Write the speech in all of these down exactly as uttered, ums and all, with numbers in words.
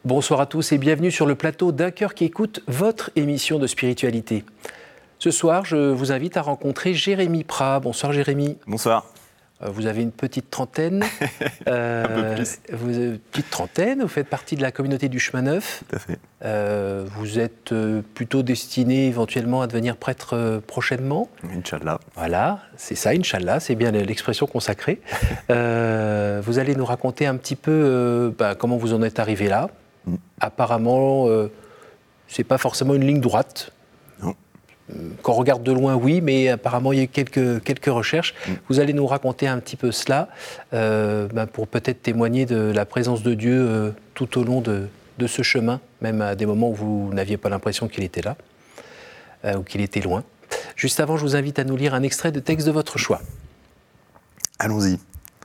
Bonsoir à tous et bienvenue sur le plateau d'Un cœur qui écoute, votre émission de spiritualité. Ce soir, je vous invite à rencontrer Jérémy Prat. Bonsoir Jérémy. Bonsoir. Vous avez une petite trentaine. euh, Un peu plus. Vous avez une petite trentaine, vous faites partie de la communauté du Chemin Neuf. Tout à fait. Euh, vous êtes plutôt destiné éventuellement à devenir prêtre prochainement. Inch'Allah. Voilà, c'est ça, Inch'Allah, c'est bien l'expression consacrée. euh, vous allez nous raconter un petit peu euh, bah, comment vous en êtes arrivé là. Mm. Apparemment, euh, c'est pas forcément une ligne droite. Non. Quand on regarde de loin, oui, mais apparemment, il y a eu quelques, quelques recherches. Mm. Vous allez nous raconter un petit peu cela, euh, bah, pour peut-être témoigner de la présence de Dieu euh, tout au long de, de ce chemin, même à des moments où vous n'aviez pas l'impression qu'il était là, euh, ou qu'il était loin. Juste avant, je vous invite à nous lire un extrait de texte de votre choix. Allons-y.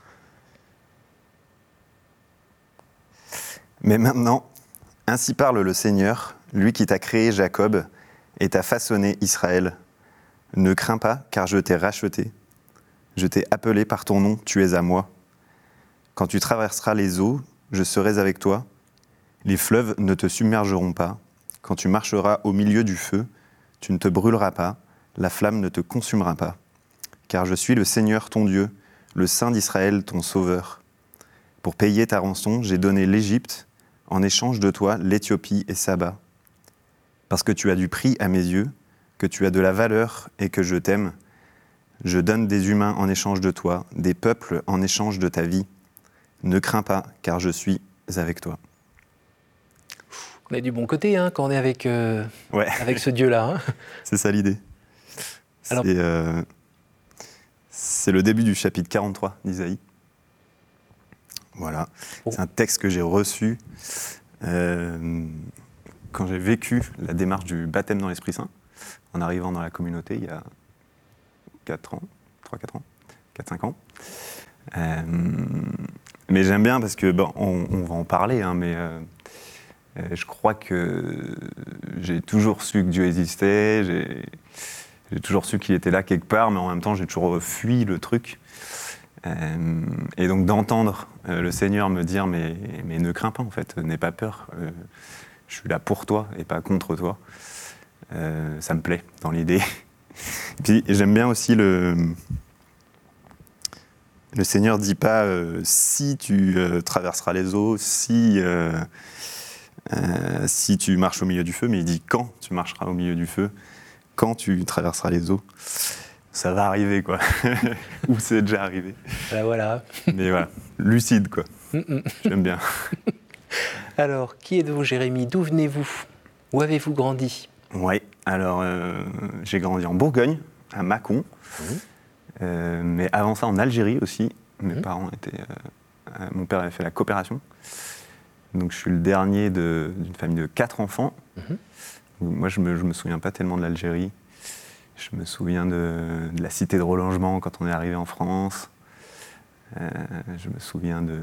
Mais maintenant, ainsi parle le Seigneur, lui qui t'a créé Jacob et t'a façonné Israël. Ne crains pas, car je t'ai racheté. Je t'ai appelé par ton nom, tu es à moi. Quand tu traverseras les eaux, je serai avec toi. Les fleuves ne te submergeront pas. Quand tu marcheras au milieu du feu, tu ne te brûleras pas, la flamme ne te consumera pas. Car je suis le Seigneur ton Dieu, le Saint d'Israël ton Sauveur. Pour payer ta rançon, j'ai donné l'Égypte, en échange de toi, l'Éthiopie et Saba. Parce que tu as du prix à mes yeux, que tu as de la valeur et que je t'aime, je donne des humains en échange de toi, des peuples en échange de ta vie. Ne crains pas, car je suis avec toi. On est du bon côté hein, quand on est avec, euh, ouais. avec ce Dieu-là. Hein. C'est ça l'idée. Alors... C'est, euh, c'est le début du chapitre quarante-trois d'Isaïe. Voilà, oh. C'est un texte que j'ai reçu euh, quand j'ai vécu la démarche du baptême dans l'Esprit Saint, en arrivant dans la communauté il y a quatre ans, trois quatre ans, quatre cinq ans. Euh, mais j'aime bien parce que, bon, on, on va en parler, hein, mais euh, euh, je crois que j'ai toujours su que Dieu existait, j'ai, j'ai toujours su qu'il était là quelque part, mais en même temps j'ai toujours fui le truc. Euh, et donc d'entendre euh, le Seigneur me dire mais, mais ne crains pas en fait, n'aie pas peur, euh, je suis là pour toi et pas contre toi, euh, ça me plaît dans l'idée. Et puis j'aime bien aussi le le Seigneur dit pas euh, si tu euh, traverseras les eaux, si euh, euh, si tu marches au milieu du feu, mais il dit quand tu marcheras au milieu du feu, quand tu traverseras les eaux. Ça va arriver, quoi. Ou c'est déjà arrivé. Ben voilà. Mais voilà, lucide, quoi. Mm-mm. J'aime bien. Alors, qui êtes-vous, Jérémy ? D'où venez-vous ? Où avez-vous grandi ? Oui, alors, euh, j'ai grandi en Bourgogne, à Mâcon. Mmh. Euh, mais avant ça, en Algérie aussi. Mes mmh. parents étaient... Euh, mon père avait fait la coopération. Donc, je suis le dernier de, d'une famille de quatre enfants. Mmh. Moi, je ne me, je me souviens pas tellement de l'Algérie. Je me souviens de, de la cité de relogement quand on est arrivé en France. Euh, je me souviens de...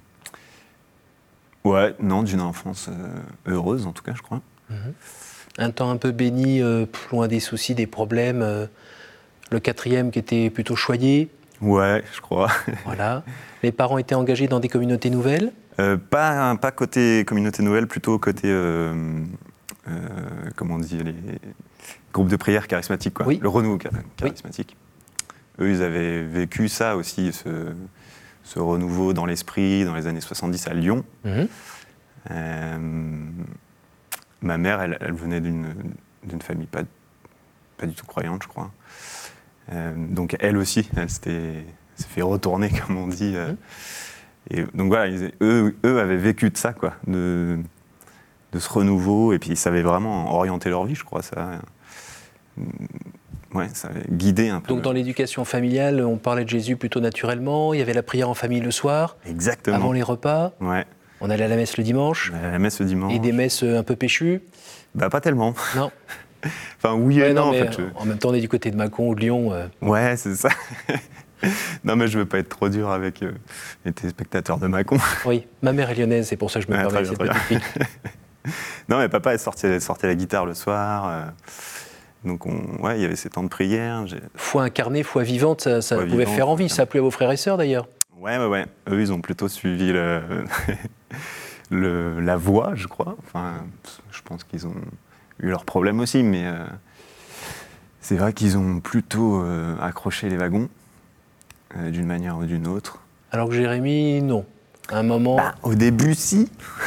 Ouais, non, d'une enfance euh, heureuse, en tout cas, je crois. Mmh. Un temps un peu béni, euh, loin des soucis, des problèmes. Euh, le quatrième qui était plutôt choyé. Ouais, je crois. Voilà. Les parents étaient engagés dans des communautés nouvelles ? euh, pas, pas côté communauté nouvelle, plutôt côté... Euh, euh, comment on dit les... Groupe de prière charismatique, quoi. Oui. Le renouveau charismatique. Oui. Eux, ils avaient vécu ça aussi, ce, ce renouveau dans l'esprit, dans les années soixante-dix à Lyon. Mm-hmm. Euh, ma mère, elle, elle venait d'une, d'une famille pas, pas du tout croyante, je crois. Euh, donc elle aussi, elle s'était, s'est fait retourner, comme on dit. Euh, mm-hmm. Et donc voilà, ils, eux, eux avaient vécu de ça, quoi, de, de ce renouveau, et puis ils savaient vraiment orienter leur vie, je crois, ça... Ouais, ça avait guidé un peu. Donc dans l'éducation familiale, on parlait de Jésus plutôt naturellement, il y avait la prière en famille le soir. Exactement. Avant les repas. Ouais. On allait à la messe le dimanche. On allait à la messe le dimanche. Et des messes un peu péchues. Bah pas tellement. Non. Enfin oui et ouais, non, non en mais fait. Je... En même temps, on est du côté de Mâcon ou de Lyon. Euh... Ouais, c'est ça. Non mais je veux pas être trop dur avec euh, les téléspectateurs de Mâcon. Oui, ma mère est lyonnaise, c'est pour ça que je me ouais, permets cette petite pique. Non mais papa, elle sortait, sortait la guitare le soir. Euh... Donc, on, ouais, il y avait ces temps de prière. J'ai... Foi incarnée, foi vivante, ça, ça foi pouvait vivante, faire envie. Ça a plu à vos frères et sœurs, d'ailleurs ? Ouais, ouais, ouais. Eux, ils ont plutôt suivi le, le, la voix, je crois. Enfin, je pense qu'ils ont eu leurs problèmes aussi, mais euh, c'est vrai qu'ils ont plutôt euh, accroché les wagons, euh, d'une manière ou d'une autre. Alors que Jérémy, non. À un moment... Bah, au début, si.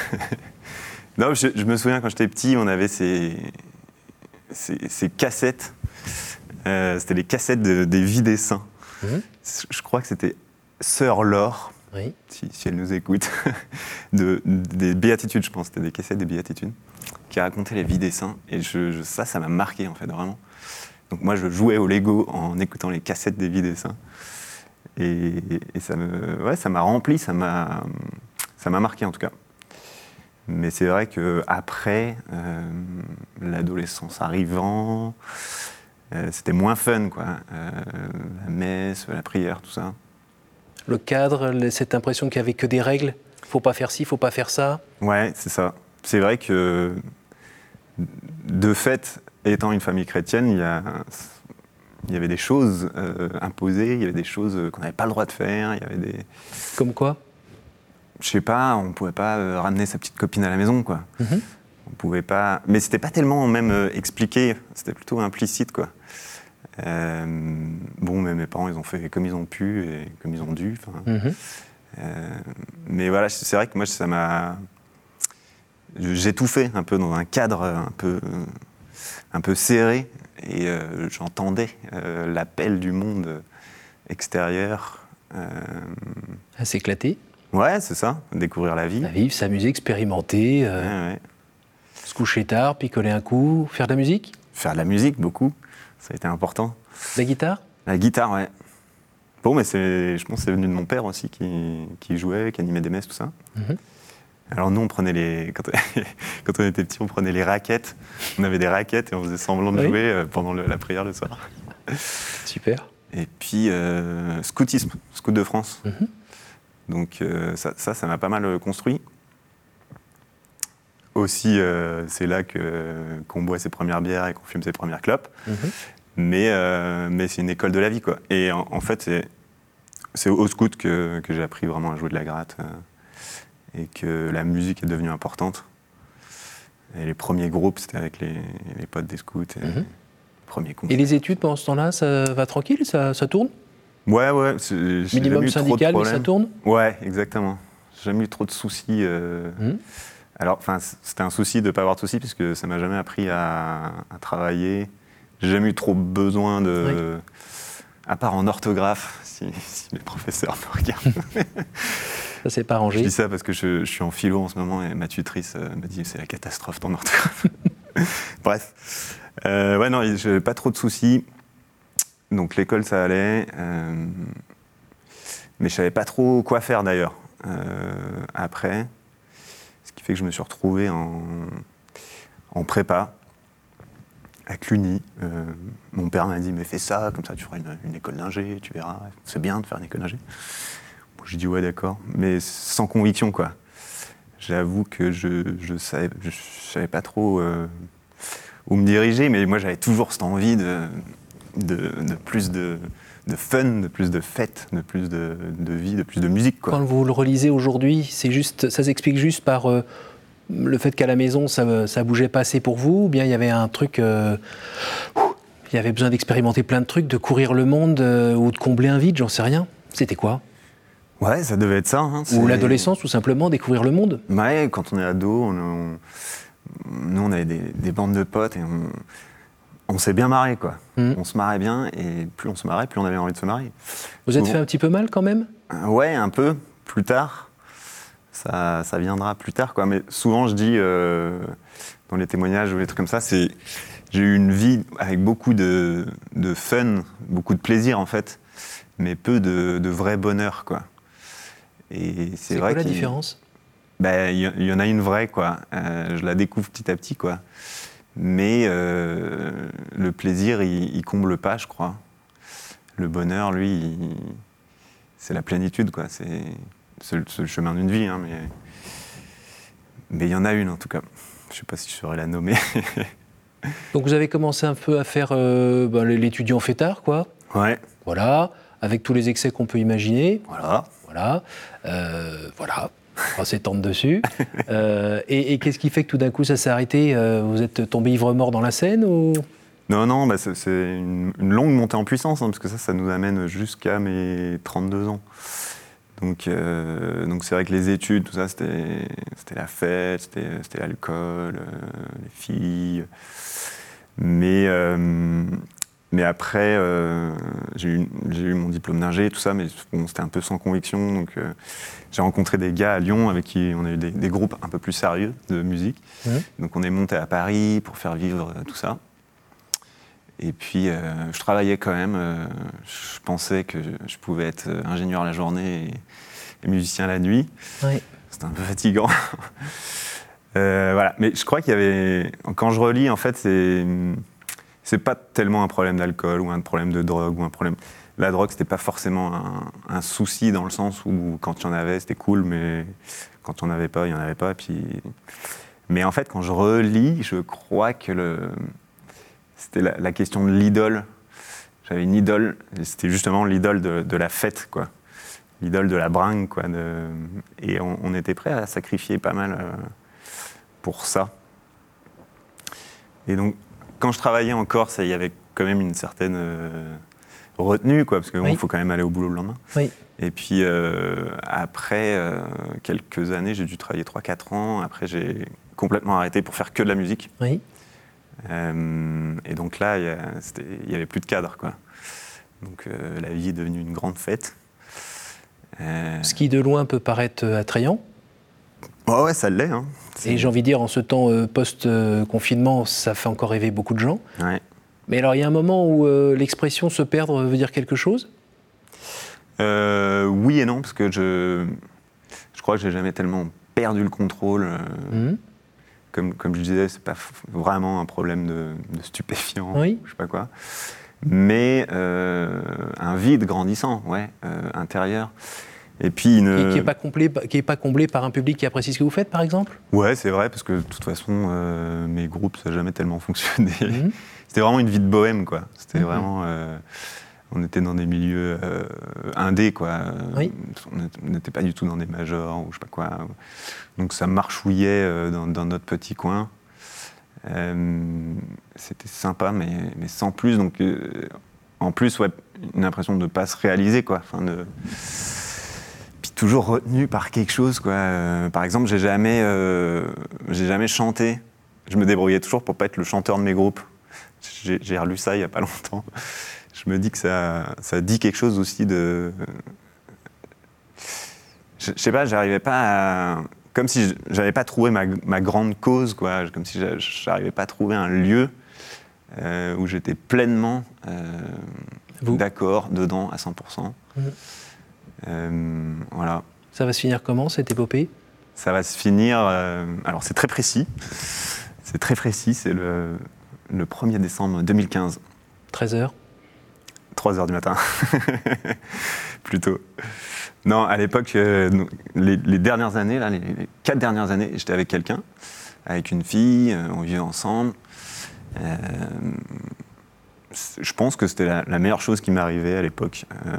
Non, je, je me souviens, quand j'étais petit, on avait ces, ces, ces cassettes. Euh, c'était les cassettes de, des vies des saints. Mmh. Je crois que c'était Sœur Laure, oui. si, si elle nous écoute, de, des béatitudes, je pense. C'était des cassettes des béatitudes qui racontaient les vies des saints. Et je, je, ça, ça m'a marqué, en fait, vraiment. Donc moi, je jouais au Lego en écoutant les cassettes des vies des saints. Et, et ça, me, ouais, ça m'a rempli, ça m'a, ça m'a marqué, en tout cas. Mais c'est vrai qu'après, euh, l'adolescence arrivant, euh, c'était moins fun, quoi. Euh, la messe, la prière, tout ça. Le cadre, cette impression qu'il n'y avait que des règles, faut pas faire ci, faut pas faire ça. Ouais, c'est ça. C'est vrai que, de fait, étant une famille chrétienne, il y, a, il y avait des choses euh, imposées, il y avait des choses qu'on n'avait pas le droit de faire, il y avait des... Comme quoi ? Je sais pas, on pouvait pas euh, ramener sa petite copine à la maison, quoi. Mm-hmm. On pouvait pas... Mais c'était pas tellement même euh, expliqué, c'était plutôt implicite, quoi. Euh, bon, mais mes parents, ils ont fait comme ils ont pu et comme ils ont dû. Mm-hmm. euh, mais voilà, c'est vrai que moi, ça m'a... J'étouffais un peu dans un cadre un peu, un peu serré et euh, j'entendais euh, l'appel du monde extérieur. Euh... À s'éclater. Ouais, c'est ça, découvrir la vie. À vivre, s'amuser, expérimenter, euh, ouais, ouais. Se coucher tard, picoler un coup, faire de la musique. Faire de la musique, beaucoup, ça a été important. La guitare ? La guitare, ouais. Bon, mais c'est, je pense que c'est venu de mon père aussi, qui, qui jouait, qui animait des messes, tout ça. Mm-hmm. Alors nous, on prenait les... Quand, quand on était petits, on prenait les raquettes. On avait des raquettes et on faisait semblant de oui. jouer pendant le, la prière le soir. Super. Et puis, euh, scoutisme, Scout de France. Mm-hmm. Donc euh, ça, ça, ça m'a pas mal construit. Aussi, euh, c'est là que, qu'on boit ses premières bières et qu'on fume ses premières clopes. Mm-hmm. Mais, euh, mais c'est une école de la vie, quoi. Et en, en fait, c'est, c'est au scout que, que j'ai appris vraiment à jouer de la gratte euh, et que la musique est devenue importante. Et les premiers groupes, c'était avec les, les potes des scouts. Et, mm-hmm. premiers et les études, pendant ce temps-là, ça va tranquille, ça, ça tourne ? Ouais, ouais. C'est, j'ai minimum syndical, mais ça tourne ? Ouais, exactement. J'ai jamais eu trop de soucis. Euh... Mmh. Alors, enfin, c'était un souci de ne pas avoir de soucis, puisque ça m'a jamais appris à, à travailler. J'ai jamais eu trop besoin de... Oui. À part en orthographe, si, si mes professeurs me regardent. Ça s'est pas arrangé. Je dis ça parce que je, je suis en philo en ce moment, et ma tutrice euh, m'a dit « c'est la catastrophe ton orthographe ». Bref. Euh, ouais, non, j'avais pas trop de soucis. Donc l'école, ça allait, euh, mais je savais pas trop quoi faire d'ailleurs euh, après, ce qui fait que je me suis retrouvé en, en prépa à Cluny. Euh, mon père m'a dit mais fais ça, comme ça tu feras une, une école d'ingé, tu verras, c'est bien de faire une école d'ingé. Bon, j'ai dit ouais d'accord, mais sans conviction quoi. J'avoue que je je savais, je, je savais pas trop euh, où me diriger, mais moi j'avais toujours cette envie de De, de plus de, de fun, de plus de fêtes, de plus de, de vie, de plus de musique, quoi. Quand vous le relisez aujourd'hui, c'est juste, ça s'explique juste par euh, le fait qu'à la maison, ça ne bougeait pas assez pour vous, ou bien il y avait un truc... Euh, il y avait besoin d'expérimenter plein de trucs, de courir le monde, euh, ou de combler un vide, j'en sais rien. C'était quoi ? Ouais, ça devait être ça. Hein, ou l'adolescence, tout simplement, découvrir le monde. Ouais, quand on est ado, on, on, nous, on avait des, des bandes de potes et on... On s'est bien marré, quoi. Mmh. On se marrait bien, et plus on se marrait, plus on avait envie de se marrer. Vous êtes bon. fait un petit peu mal, quand même ? euh, Ouais, un peu, plus tard. Ça, ça viendra plus tard, quoi. Mais souvent, je dis, euh, dans les témoignages ou les trucs comme ça, c'est... J'ai eu une vie avec beaucoup de, de fun, beaucoup de plaisir, en fait, mais peu de, de vrai bonheur, quoi. Et c'est, c'est vrai quoi la différence ? Ben, y, y en a une vraie, quoi. Euh, je la découvre petit à petit, quoi. Mais euh, le plaisir, il, il comble pas, je crois. Le bonheur, lui, il, c'est la plénitude, quoi. C'est, c'est, le, c'est le chemin d'une vie, hein, mais mais il y en a une, en tout cas. Je sais pas si je saurais la nommer. Donc vous avez commencé un peu à faire euh, ben, l'étudiant fêtard, quoi. Ouais. Voilà, avec tous les excès qu'on peut imaginer. Voilà. Voilà. Euh, voilà. Oh, c'est tendre dessus. euh, et, et qu'est-ce qui fait que tout d'un coup ça s'est arrêté? euh, Vous êtes tombé ivre-mort dans la Seine ou... Non, non, bah c'est, c'est une, une longue montée en puissance, hein, parce que ça, ça nous amène jusqu'à mes trente-deux ans. Donc, euh, donc c'est vrai que les études, tout ça, c'était, c'était la fête, c'était, c'était l'alcool, euh, les filles. Mais, euh, mais après, euh, j'ai, eu, j'ai eu mon diplôme d'ingé, tout ça, mais bon, c'était un peu sans conviction. Donc, euh, j'ai rencontré des gars à Lyon avec qui on a eu des, des groupes un peu plus sérieux de musique. Mmh. Donc, on est monté à Paris pour faire vivre tout ça. Et puis, euh, je travaillais quand même. Euh, je pensais que je pouvais être ingénieur la journée et, et musicien la nuit. Oui. C'était un peu fatigant. euh, voilà. Mais je crois qu'il y avait... Quand je relis, en fait, c'est... c'est pas tellement un problème d'alcool ou un problème de drogue ou un problème... La drogue, c'était pas forcément un, un souci dans le sens où quand il y en avait, c'était cool, mais quand il n'y en avait pas, il n'y en avait pas. Puis... Mais en fait, quand je relis, je crois que le... c'était la, la question de l'idole. J'avais une idole, et c'était justement l'idole de, de la fête, quoi. L'idole de la bringue, quoi. De... Et on, on était prêt à sacrifier pas mal euh, pour ça. Et donc, quand je travaillais en Corse, il y avait quand même une certaine euh, retenue, quoi, parce qu'il oui. faut quand même aller au boulot le lendemain. Oui. Et puis, euh, après euh, quelques années, j'ai dû travailler trois quatre ans. Après, j'ai complètement arrêté pour faire que de la musique. Oui. Euh, et donc là, il n'y avait plus de cadre, quoi. Donc euh, la vie est devenue une grande fête. Euh... Ce qui de loin peut paraître attrayant. Oh ouais, ça l'est. Hein. Et j'ai envie de dire, en ce temps euh, post-confinement, ça fait encore rêver beaucoup de gens. Ouais. Mais alors, il y a un moment où euh, l'expression se perdre veut dire quelque chose? euh, Oui et non, parce que je, je crois que j'ai jamais tellement perdu le contrôle. Euh, mmh. Comme, comme je disais, c'est pas vraiment un problème de, de stupéfiants, oui. je sais pas quoi. Mais euh, un vide grandissant, ouais, euh, intérieur. Et puis une... Qui n'est pas, pas comblé par un public qui apprécie ce que vous faites, par exemple? Ouais, c'est vrai, parce que de toute façon, euh, mes groupes, ça n'a jamais tellement fonctionné. Mmh. C'était vraiment une vie de bohème, quoi. C'était mmh. vraiment... Euh, on était dans des milieux euh, indés, quoi. Oui. On n'était pas du tout dans des majors ou je sais pas quoi. Donc ça marchouillait euh, dans, dans notre petit coin. Euh, c'était sympa, mais, mais sans plus. Donc, euh, en plus, ouais, une impression de ne pas se réaliser, quoi. Enfin, de... Puis toujours retenu par quelque chose, quoi. Euh, par exemple, j'ai jamais, euh, j'ai jamais chanté. Je me débrouillais toujours pour pas être le chanteur de mes groupes. J'ai, j'ai relu ça il y a pas longtemps. Je me dis que ça, ça dit quelque chose aussi de... Je, je sais pas, j'arrivais pas à... Comme si j'avais pas trouvé ma, ma grande cause, quoi. Comme si j'arrivais pas à trouver un lieu euh, où j'étais pleinement euh, d'accord, dedans, à cent pour cent. Mmh. Euh, voilà. Ça va se finir comment, cette épopée? Ça va se finir... Euh, alors, c'est très précis. C'est très précis, c'est le, le premier décembre deux mille quinze. treize heures trois heures du matin, plutôt. Non, à l'époque, euh, les, les dernières années, là, les, les quatre dernières années, j'étais avec quelqu'un, avec une fille, euh, on vivait ensemble. Euh, je pense que c'était la, la meilleure chose qui m'arrivait à l'époque. Euh,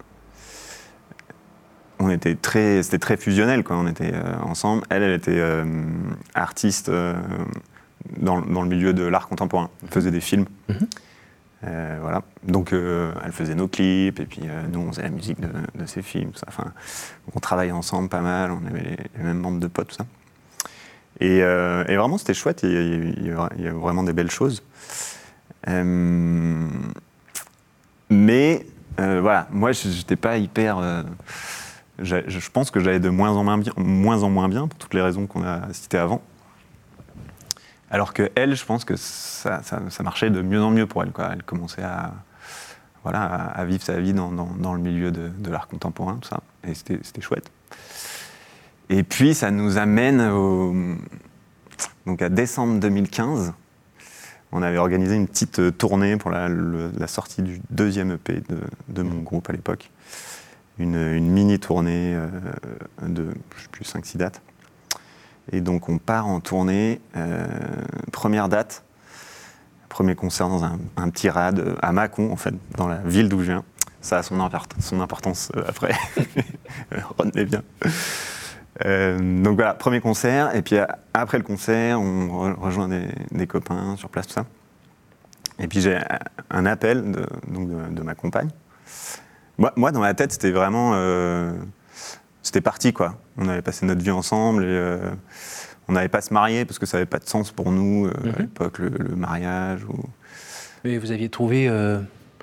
on était très, c'était très fusionnel, quoi. On était euh, ensemble. Elle, elle était euh, artiste euh, dans, dans le milieu de l'art contemporain. Elle faisait des films. Mm-hmm. Euh, voilà. Donc euh, elle faisait nos clips et puis euh, nous on faisait la musique de, de ses films, tout ça. Enfin, on travaillait ensemble pas mal, on avait les, les mêmes bandes de potes, tout ça. Et, euh, et vraiment c'était chouette, il y, a, il, y a, il y a vraiment des belles choses. Euh, mais euh, voilà, moi j'étais pas hyper... Euh, je pense que j'allais de moins en moins bien, moins en moins bien pour toutes les raisons qu'on a citées avant. Alors qu'elle, je pense que ça, ça, ça marchait de mieux en mieux pour elle, quoi. Elle commençait à, voilà, à, à vivre sa vie dans, dans, dans le milieu de, de l'art contemporain, tout ça. Et c'était, c'était chouette. Et puis, ça nous amène au, donc à décembre deux mille quinze. On avait organisé une petite tournée pour la, le, la sortie du deuxième E P de, de mon groupe à l'époque. Une, une mini-tournée euh, de, je sais plus, cinq six dates. Et donc on part en tournée, euh, première date, premier concert dans un, un petit rad à Mâcon, en fait, dans la ville d'où je viens. Ça a son, import- son importance euh, après, retenez bien. Euh, donc voilà, premier concert, et puis après le concert, on re- rejoint des, des copains sur place, tout ça. Et puis j'ai un appel de, donc de, de ma compagne. Moi, moi, dans ma tête, c'était vraiment... Euh, c'était parti, quoi. On avait passé notre vie ensemble, et euh, on n'avait pas à se marier, parce que ça n'avait pas de sens pour nous, euh, mm-hmm. à l'époque, le, le mariage. Ou... Mais vous aviez trouvé... Euh...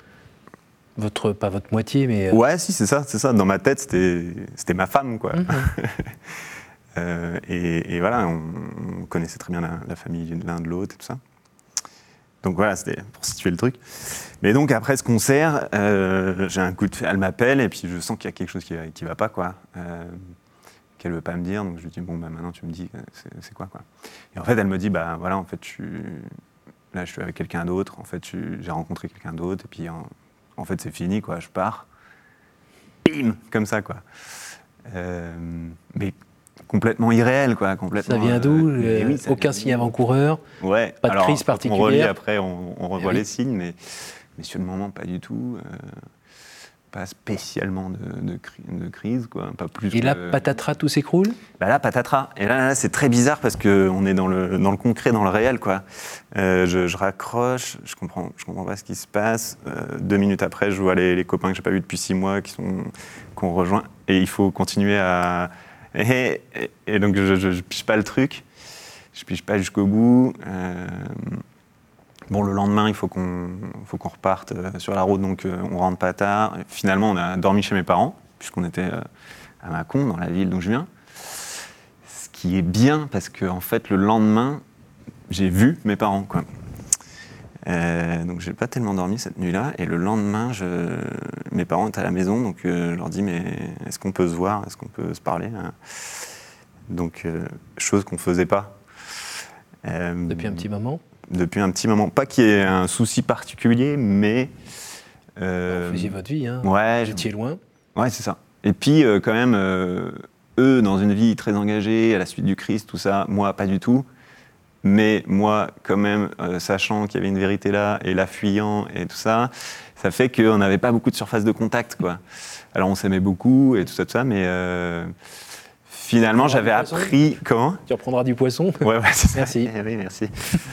Votre, pas votre moitié, mais... Ouais, si, c'est ça, c'est ça. Dans ma tête, c'était, c'était ma femme, quoi. Mmh. euh, et, et voilà, on, on connaissait très bien la, la famille de l'un de l'autre et tout ça. Donc voilà, c'était pour situer le truc. Mais donc, après ce concert, euh, j'ai un coup de... Elle m'appelle, et puis je sens qu'il y a quelque chose qui, qui va pas, quoi. Euh, qu'elle veut pas me dire, donc je lui dis, bon, bah maintenant, tu me dis, c'est, c'est quoi, quoi. Et en fait, elle me dit, bah voilà, en fait, je suis... là, je suis avec quelqu'un d'autre. En fait, je... j'ai rencontré quelqu'un d'autre, et puis... En... En fait, c'est fini, quoi. Je pars. Bim, comme ça, quoi. Euh, mais complètement irréel, quoi. Complètement, ça vient d'où euh, oui, ça Aucun vient signe avant-coureur. Ouais. Pas de alors, crise particulière. On relit après, on, on revoit les oui. signes, mais, mais sur le moment, pas du tout. Euh, pas spécialement de, de, de crise, quoi. Pas plus. Et que... là, patatras, tout s'écroule. Bah là, patatras. Et là, là, c'est très bizarre parce que on est dans le dans le concret, dans le réel, quoi. Euh, je, je raccroche, je comprends, je comprends pas ce qui se passe. Euh, deux minutes après, je vois les, les copains que j'ai pas vus depuis six mois qui sont qu'on rejoint, et il faut continuer à. Et, et, et donc, je, je, je pige pas le truc, je pige pas jusqu'au bout. Euh, Bon, le lendemain, il faut qu'on, faut qu'on reparte euh, sur la route, donc euh, on rentre pas tard. Et finalement, on a dormi chez mes parents, puisqu'on était euh, à Mâcon, dans la ville d'où je viens. Ce qui est bien, parce qu'en en fait, le lendemain, j'ai vu mes parents, quoi. Euh, donc, j'ai pas tellement dormi cette nuit-là. Et le lendemain, je... mes parents étaient à la maison, donc euh, je leur dis, mais est-ce qu'on peut se voir ? Est-ce qu'on peut se parler ? Donc, euh, chose qu'on faisait pas. Euh, Depuis un petit moment ? Depuis un petit moment. Pas qu'il y ait un souci particulier, mais... Euh, vous faisiez votre vie, hein. Ouais. Vous étiez loin. Ouais, c'est ça. Et puis, euh, quand même, euh, eux, dans une vie très engagée, à la suite du Christ, tout ça, moi, pas du tout. Mais moi, quand même, euh, sachant qu'il y avait une vérité là, et la fuyant, et tout ça, ça fait qu'on n'avait pas beaucoup de surface de contact, quoi. Alors, on s'aimait beaucoup, et tout ça, tout ça, mais... Euh, finalement, j'avais appris... Comment ? Tu reprendras du poisson ? Ouais, ouais, c'est ça. Merci. Eh oui, merci.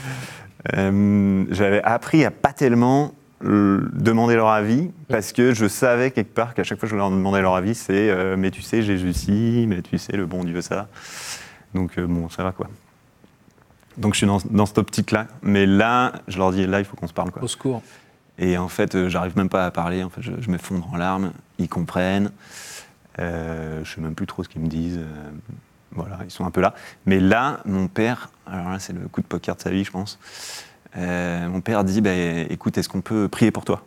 Euh, j'avais appris à pas tellement euh, demander leur avis, parce que je savais quelque part qu'à chaque fois que je leur demandais leur avis, c'est euh, mais tu sais Jésus si, mais tu sais le bon Dieu ça. Donc euh, bon, ça va, quoi. Donc je suis dans, dans cette optique-là, mais là, je leur dis là, il faut qu'on se parle, quoi. Au secours. Et en fait, euh, j'arrive même pas à parler. En fait, je, je m'effondre en larmes. Ils comprennent. Euh, je sais même plus trop ce qu'ils me disent. Euh, Voilà, ils sont un peu là. Mais là, mon père, alors là, c'est le coup de poker de sa vie, je pense. Euh, mon père dit, bah, écoute, est-ce qu'on peut prier pour toi ?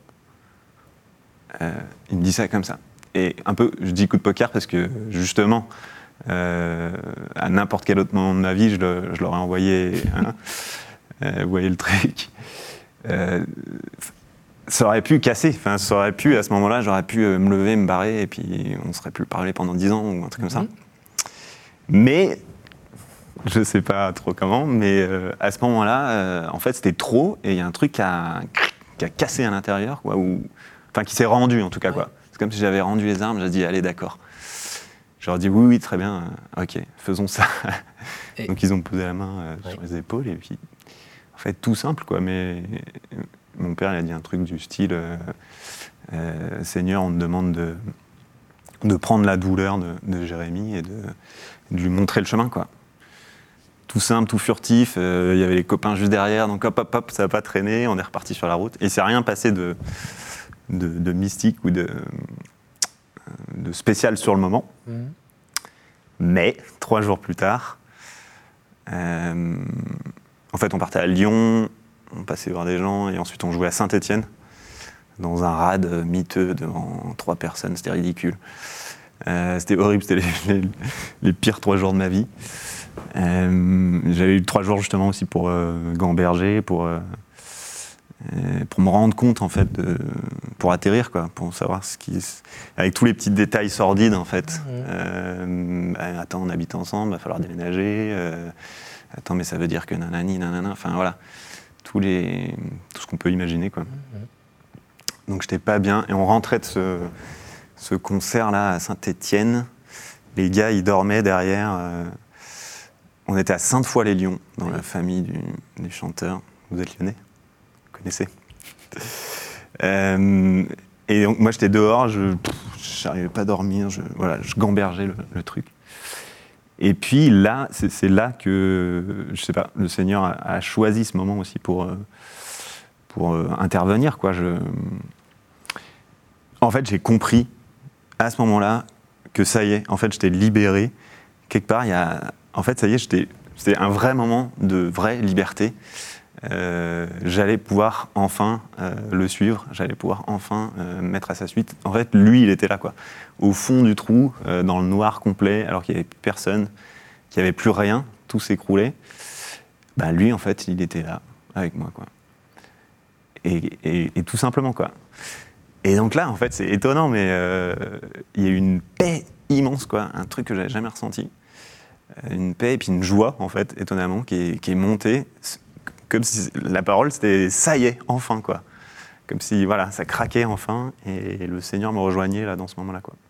euh, Il me dit ça comme ça. Et un peu, je dis coup de poker parce que, justement, euh, à n'importe quel autre moment de ma vie, je, le, je l'aurais envoyé. Hein, euh, vous voyez le truc. Euh, ça aurait pu casser. Enfin, ça aurait pu, à ce moment-là, j'aurais pu me lever, me barrer, et puis on serait plus parlé pendant dix ans ou un truc mm-hmm. comme ça. Mais, je ne sais pas trop comment, mais euh, à ce moment-là, euh, en fait, c'était trop, et il y a un truc qui a, qui a cassé à l'intérieur, quoi, ou, enfin, qui s'est rendu, en tout cas, ouais. quoi. C'est comme si j'avais rendu les armes, j'ai dit, allez, d'accord. Je leur ai dit, oui, oui, très bien, euh, ok, faisons ça. Et donc, ils ont posé la main euh, ouais. sur les épaules, et puis, en fait, tout simple, quoi, mais mon père, il a dit un truc du style, euh, euh, Seigneur, on te demande de, de prendre la douleur de, de Jérémie et de... de lui montrer le chemin, quoi. Tout simple, tout furtif, il euh, y avait les copains juste derrière, donc hop, hop, hop, ça n'a pas traîné, on est reparti sur la route. Et il ne s'est rien passé de, de, de mystique ou de, de spécial sur le moment. Mmh. Mais, trois jours plus tard, euh, en fait, on partait à Lyon, on passait voir des gens, et ensuite on jouait à Saint-Étienne, dans un rad miteux devant trois personnes, c'était ridicule. Euh, c'était horrible, c'était les, les, les pires trois jours de ma vie. Euh, j'avais eu trois jours justement aussi pour euh, gamberger, pour, euh, pour me rendre compte en fait, de, pour atterrir, quoi, pour savoir ce qui, avec tous les petits détails sordides en fait. Mmh. Euh, bah, attends, on habite ensemble, il va falloir déménager. Euh, attends, mais ça veut dire que nanani, nanana. Enfin voilà, tous les, tout ce qu'on peut imaginer, quoi. Mmh. Donc j'étais pas bien, et on rentrait de ce ce concert-là à Saint-Étienne, Les gars, ils dormaient derrière. Euh, on était à Sainte-Foy-les-Lyons, dans oui. la famille du, du chanteur. Vous êtes lyonnais ? Vous connaissez ? euh, Et donc, moi, j'étais dehors, je n'arrivais pas à dormir, je, voilà, je gambergeais le, le truc. Et puis là, c'est, c'est là que, je sais pas, le Seigneur a, a choisi ce moment aussi pour, pour euh, intervenir, quoi. Je... En fait, j'ai compris à ce moment-là que ça y est, en fait, j'étais libéré. Quelque part, il y a... En fait, ça y est, j'étais... c'était un vrai moment de vraie liberté. Euh, j'allais pouvoir enfin euh, le suivre, j'allais pouvoir enfin euh, me mettre à sa suite. En fait, lui, il était là, quoi, au fond du trou, euh, dans le noir complet, alors qu'il n'y avait personne, qu'il n'y avait plus rien, tout s'écroulait. Bah, lui, en fait, il était là, avec moi, quoi. Et, et, et tout simplement, quoi. Et donc là, en fait, c'est étonnant, mais euh, il y a eu une paix immense, quoi, un truc que j'avais jamais ressenti. Une paix et puis une joie, en fait, étonnamment, qui est, qui est montée. Comme si la parole, c'était « ça y est, enfin », quoi. Comme si, voilà, ça craquait enfin, et le Seigneur me rejoignait, là, dans ce moment-là, quoi.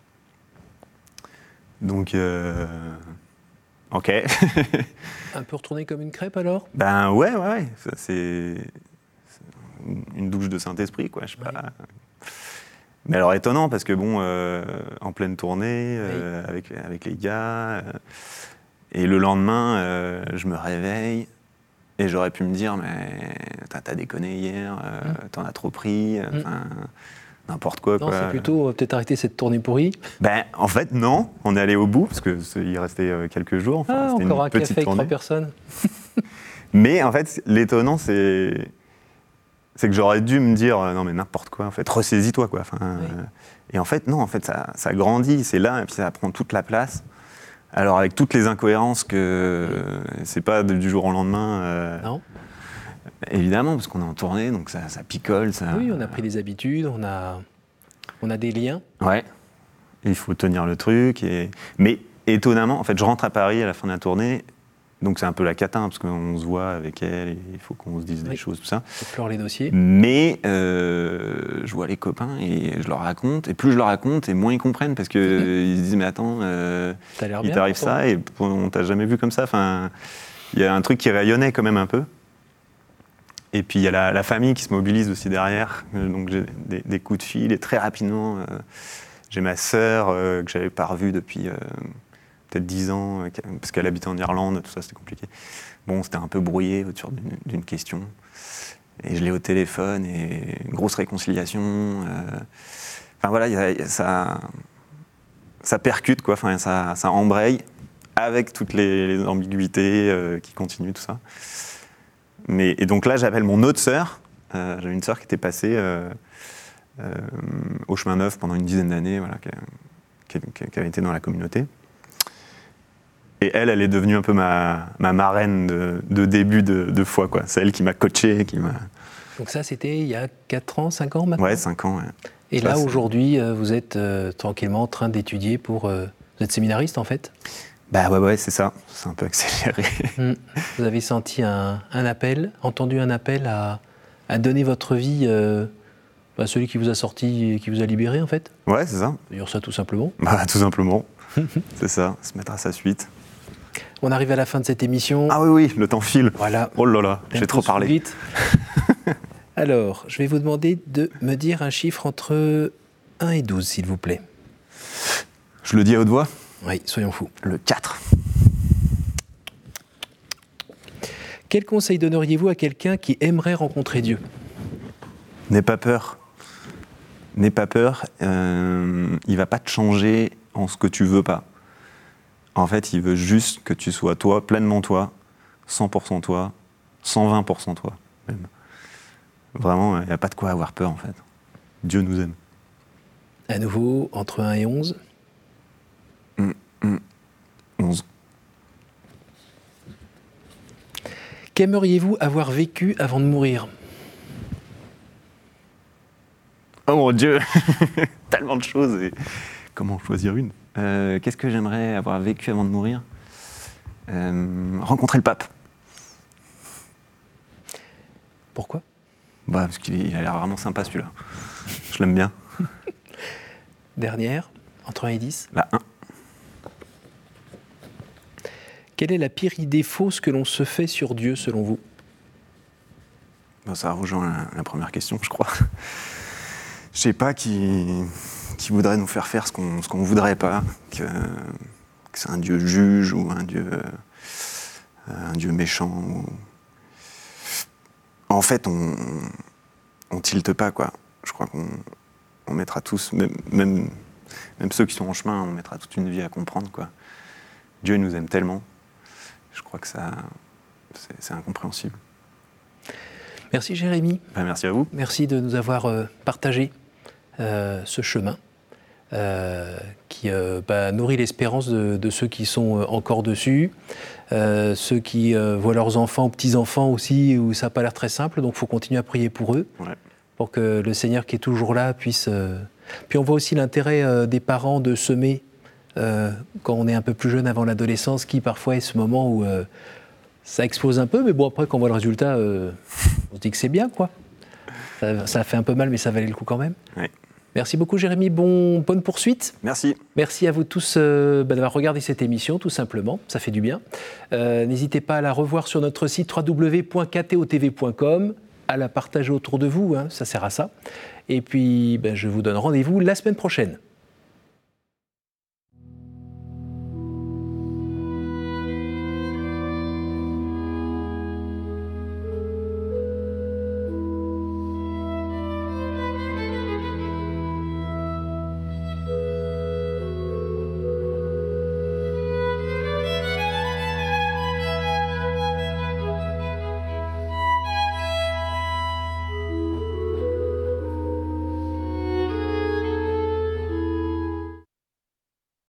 Donc, euh... ok. Un peu retourné comme une crêpe, alors ? Ben ouais, ouais, ouais. Ça, c'est... c'est une douche de Saint-Esprit, quoi, je sais ouais. pas. Mais alors, étonnant, parce que, bon, euh, en pleine tournée, euh, oui. avec, avec les gars, euh, et le lendemain, euh, je me réveille, et j'aurais pu me dire, mais t'as, t'as déconné hier, euh, mmh. t'en as trop pris, euh, mmh. n'importe quoi. Non, quoi. c'est plutôt, on va peut-être arrêter cette tournée pourrie. Ben, en fait, non, on est allé au bout, parce qu'il restait euh, quelques jours. Enfin, ah, c'était encore une un petite café avec tournée. trois personnes. Mais en fait, l'étonnant, c'est, c'est que j'aurais dû me dire, euh, non mais n'importe quoi, en fait, ressaisis-toi, quoi. Enfin, oui. euh, et en fait, non, en fait, ça, ça grandit, c'est là, et puis ça prend toute la place. Alors, avec toutes les incohérences que oui. c'est pas du jour au lendemain. Euh, non. Évidemment, parce qu'on est en tournée, donc ça, ça picole. Ça... Oui, on a pris des habitudes, on a, on a des liens. Ouais, il faut tenir le truc. Et... Mais étonnamment, en fait, je rentre à Paris à la fin de la tournée, donc c'est un peu la cata, hein, parce qu'on se voit avec elle, et il faut qu'on se dise oui. des choses, tout ça. On pleure les dossiers. Mais euh, je vois les copains et je leur raconte, et plus je leur raconte, et moins ils comprennent, parce qu'ils mmh. se disent, mais attends, euh, il t'arrive ça, et on t'a jamais vu comme ça. Enfin, il y a un truc qui rayonnait quand même un peu. Et puis il y a la, la famille qui se mobilise aussi derrière, donc j'ai des, des coups de fil et très rapidement, euh, j'ai ma sœur euh, que j'avais pas revue depuis euh, peut-être dix ans, euh, parce qu'elle habitait en Irlande, tout ça c'était compliqué. Bon, c'était un peu brouillé autour d'une, d'une question, et je l'ai au téléphone et une grosse réconciliation. Euh, enfin voilà, y a, y a, ça, ça percute quoi, enfin ça, ça embraye avec toutes les, les ambiguïtés euh, qui continuent, tout ça. Mais, et donc là, j'appelle mon autre sœur. Euh, j'avais une sœur qui était passée euh, euh, au chemin neuf pendant une dizaine d'années, voilà, qui, qui, qui avait été dans la communauté. Et elle, elle est devenue un peu ma, ma marraine de, de début de, de foi, quoi. C'est elle qui m'a coaché, qui m'a... Donc ça, c'était il y a quatre ans, cinq ans maintenant ? Ouais, cinq ans, ouais. Et là, aujourd'hui, vous êtes euh, tranquillement en train d'étudier pour... Euh, vous êtes séminariste, en fait ? Bah ouais, ouais, c'est ça. C'est un peu accéléré. Mmh. Vous avez senti un, un appel, entendu un appel à, à donner votre vie euh, à celui qui vous a sorti et qui vous a libéré, en fait ? Ouais, c'est ça. D'ailleurs, ça, tout simplement. Bah, tout simplement. C'est ça, se mettre à sa suite. On arrive à la fin de cette émission. Ah oui, oui, le temps file. Voilà. Oh là là, j'ai trop parlé. Vite. Alors, je vais vous demander de me dire un chiffre entre un et douze, s'il vous plaît. Je le dis à haute voix ? Oui, soyons fous. Le quatre. Quel conseil donneriez-vous à quelqu'un qui aimerait rencontrer Dieu ? N'aie pas peur. N'aie pas peur. Euh, il ne va pas te changer en ce que tu veux pas. En fait, il veut juste que tu sois toi, pleinement toi, cent pour cent toi, cent vingt pour cent toi, même. Vraiment, il n'y a pas de quoi avoir peur, en fait. Dieu nous aime. À nouveau, entre un et onze ? Mmh, mmh. onze. Qu'aimeriez-vous avoir vécu avant de mourir ? Oh mon Dieu, tellement de choses. Et comment choisir une ? euh, Qu'est-ce que j'aimerais avoir vécu avant de mourir ? euh, Rencontrer le pape. Pourquoi ? Bah, parce qu'il a l'air vraiment sympa celui-là. Je l'aime bien. Dernière, entre un et dix ? La un. Quelle est la pire idée fausse que l'on se fait sur Dieu, selon vous ? Bon, ça rejoint la, la première question, je crois. Je sais pas qui, qui voudrait nous faire faire ce qu'on ce qu'on voudrait pas, que, que c'est un Dieu juge ou un Dieu, euh, un Dieu méchant. Ou... En fait, on, on tilte pas, quoi. Je crois qu'on on mettra tous, même, même, même ceux qui sont en chemin, on mettra toute une vie à comprendre, quoi. Dieu nous aime tellement, je crois que ça, c'est, c'est incompréhensible. Merci Jérémy. Ben, merci à vous. Merci de nous avoir euh, partagé euh, ce chemin euh, qui euh, bah, nourrit l'espérance de, de ceux qui sont euh, encore dessus, euh, ceux qui euh, voient leurs enfants ou petits-enfants aussi, où ça n'a pas l'air très simple, donc il faut continuer à prier pour eux, Ouais. pour que le Seigneur qui est toujours là puisse... Euh... Puis on voit aussi l'intérêt euh, des parents de semer euh, quand on est un peu plus jeune avant l'adolescence, qui parfois est ce moment où... Euh, ça explose un peu, mais bon, après, quand on voit le résultat, euh, on se dit que c'est bien, quoi. Ça, ça fait un peu mal, mais ça valait le coup quand même. Oui. Merci beaucoup, Jérémy. Bon, bonne poursuite. Merci. Merci à vous tous euh, bah, d'avoir regardé cette émission, tout simplement. Ça fait du bien. Euh, n'hésitez pas à la revoir sur notre site w w w point k t o t v point com, à la partager autour de vous, hein, ça sert à ça. Et puis, bah, je vous donne rendez-vous la semaine prochaine.